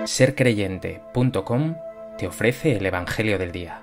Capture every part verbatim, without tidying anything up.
ser creyente punto com te ofrece el Evangelio del Día.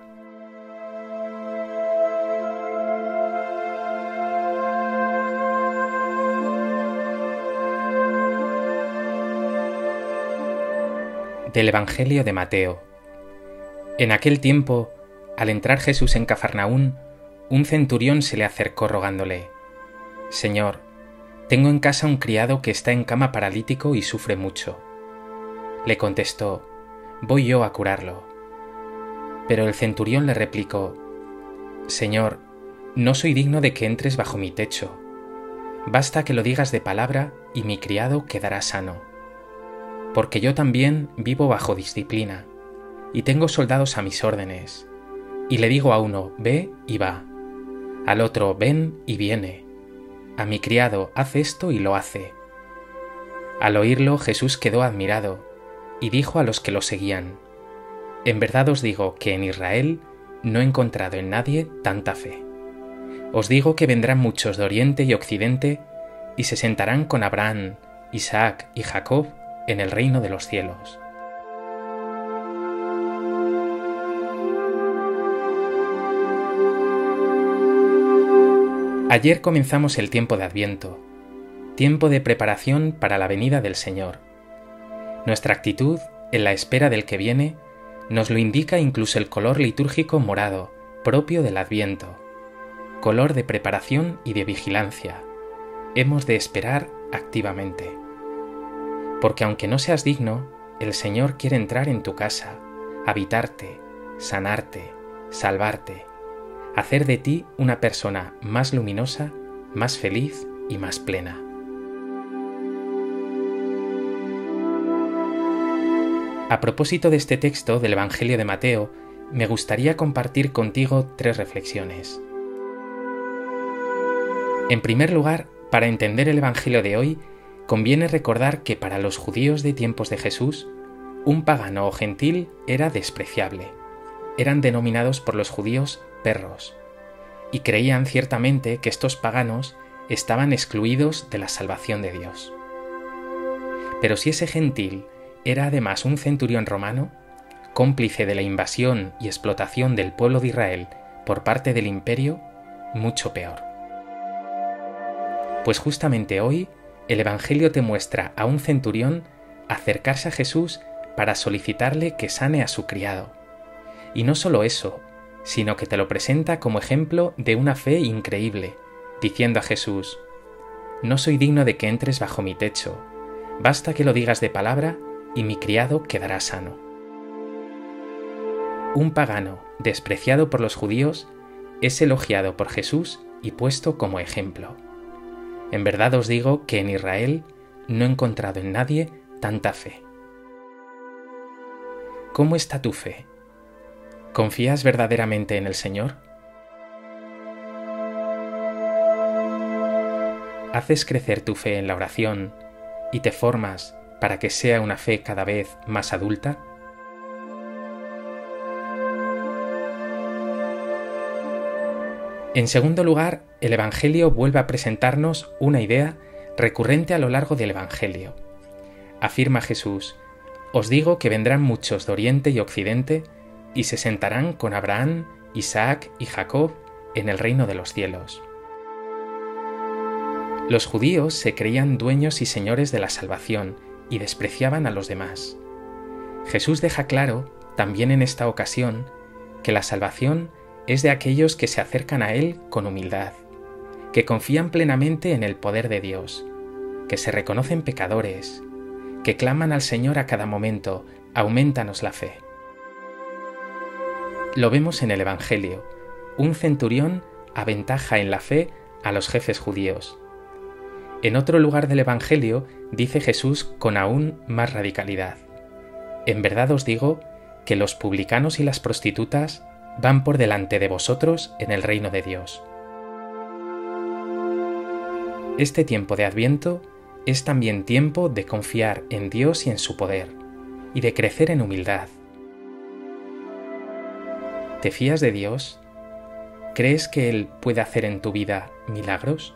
Del Evangelio de Mateo. En aquel tiempo, al entrar Jesús en Cafarnaún, un centurión se le acercó rogándole: «Señor, tengo en casa un criado que está en cama paralítico y sufre mucho». Le contestó: «Voy yo a curarlo». Pero el centurión le replicó: «Señor, no soy digno de que entres bajo mi techo. Basta que lo digas de palabra y mi criado quedará sano. Porque yo también vivo bajo disciplina, y tengo soldados a mis órdenes. Y le digo a uno, ve y va; al otro, ven y viene; a mi criado, haz esto y lo hace». Al oírlo, Jesús quedó admirado, y dijo a los que lo seguían: «En verdad os digo que en Israel no he encontrado en nadie tanta fe. Os digo que vendrán muchos de oriente y occidente, y se sentarán con Abraham, Isaac y Jacob en el reino de los cielos». Ayer comenzamos el tiempo de Adviento, tiempo de preparación para la venida del Señor. Nuestra actitud, en la espera del que viene, nos lo indica incluso el color litúrgico morado, propio del Adviento, color de preparación y de vigilancia. Hemos de esperar activamente. Porque aunque no seas digno, el Señor quiere entrar en tu casa, habitarte, sanarte, salvarte, hacer de ti una persona más luminosa, más feliz y más plena. A propósito de este texto del Evangelio de Mateo, me gustaría compartir contigo tres reflexiones. En primer lugar, para entender el Evangelio de hoy, conviene recordar que para los judíos de tiempos de Jesús, un pagano o gentil era despreciable. Eran denominados por los judíos perros, y creían ciertamente que estos paganos estaban excluidos de la salvación de Dios. Pero si ese gentil era además un centurión romano, cómplice de la invasión y explotación del pueblo de Israel por parte del imperio, mucho peor. Pues justamente hoy, el Evangelio te muestra a un centurión acercarse a Jesús para solicitarle que sane a su criado. Y no solo eso, sino que te lo presenta como ejemplo de una fe increíble, diciendo a Jesús: «No soy digno de que entres bajo mi techo, basta que lo digas de palabra y mi criado quedará sano». Un pagano, despreciado por los judíos, es elogiado por Jesús y puesto como ejemplo. En verdad os digo que en Israel no he encontrado en nadie tanta fe. ¿Cómo está tu fe? ¿Confías verdaderamente en el Señor? ¿Haces crecer tu fe en la oración y te formas para que sea una fe cada vez más adulta? En segundo lugar, el Evangelio vuelve a presentarnos una idea recurrente a lo largo del Evangelio. Afirma Jesús: «Os digo que vendrán muchos de oriente y occidente y se sentarán con Abraham, Isaac y Jacob en el reino de los cielos». Los judíos se creían dueños y señores de la salvación y despreciaban a los demás. Jesús deja claro, también en esta ocasión, que la salvación es de aquellos que se acercan a Él con humildad, que confían plenamente en el poder de Dios, que se reconocen pecadores, que claman al Señor a cada momento: «Aumentanos la fe». Lo vemos en el Evangelio. Un centurión aventaja en la fe a los jefes judíos. En otro lugar del Evangelio dice Jesús con aún más radicalidad: «En verdad os digo que los publicanos y las prostitutas van por delante de vosotros en el reino de Dios». Este tiempo de Adviento es también tiempo de confiar en Dios y en su poder, y de crecer en humildad. ¿Te fías de Dios? ¿Crees que Él puede hacer en tu vida milagros?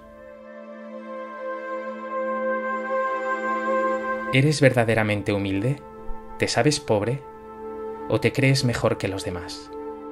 ¿Eres verdaderamente humilde? ¿Te sabes pobre o te crees mejor que los demás?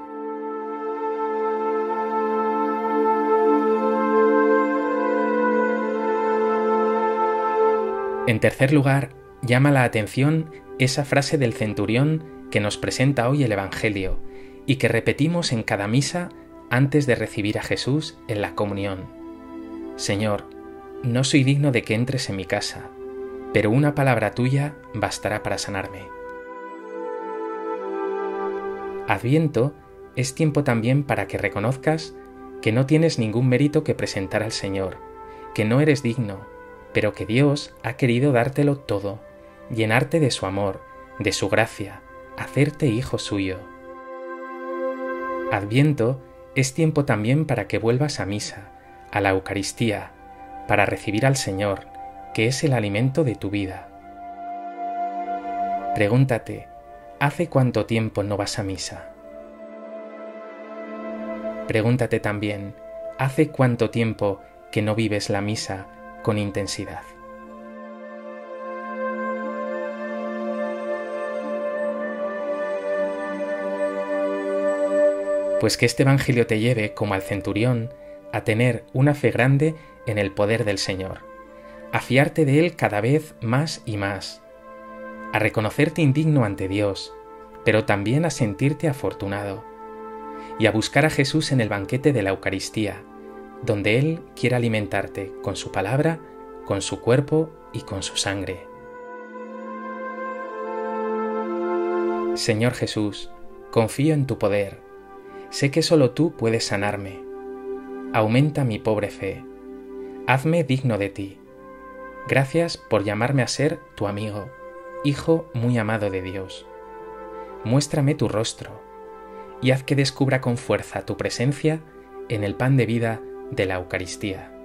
En tercer lugar, llama la atención esa frase del centurión que nos presenta hoy el Evangelio y que repetimos en cada misa antes de recibir a Jesús en la comunión. Señor, no soy digno de que entres en mi casa, pero una palabra tuya bastará para sanarme. Adviento es tiempo también para que reconozcas que no tienes ningún mérito que presentar al Señor, que no eres digno, pero que Dios ha querido dártelo todo, llenarte de su amor, de su gracia, hacerte hijo suyo. Adviento es tiempo también para que vuelvas a misa, a la Eucaristía, para recibir al Señor, que es el alimento de tu vida. Pregúntate, ¿hace cuánto tiempo no vas a misa? Pregúntate también, ¿hace cuánto tiempo que no vives la misa con intensidad? Pues que este Evangelio te lleve, como al centurión, a tener una fe grande en el poder del Señor, a fiarte de Él cada vez más y más, a reconocerte indigno ante Dios, pero también a sentirte afortunado, y a buscar a Jesús en el banquete de la Eucaristía, donde Él quiere alimentarte con su palabra, con su cuerpo y con su sangre. Señor Jesús, confío en tu poder. Sé que solo tú puedes sanarme. Aumenta mi pobre fe. Hazme digno de ti. Gracias por llamarme a ser tu amigo, hijo muy amado de Dios. Muéstrame tu rostro y haz que descubra con fuerza tu presencia en el pan de vida de la Eucaristía.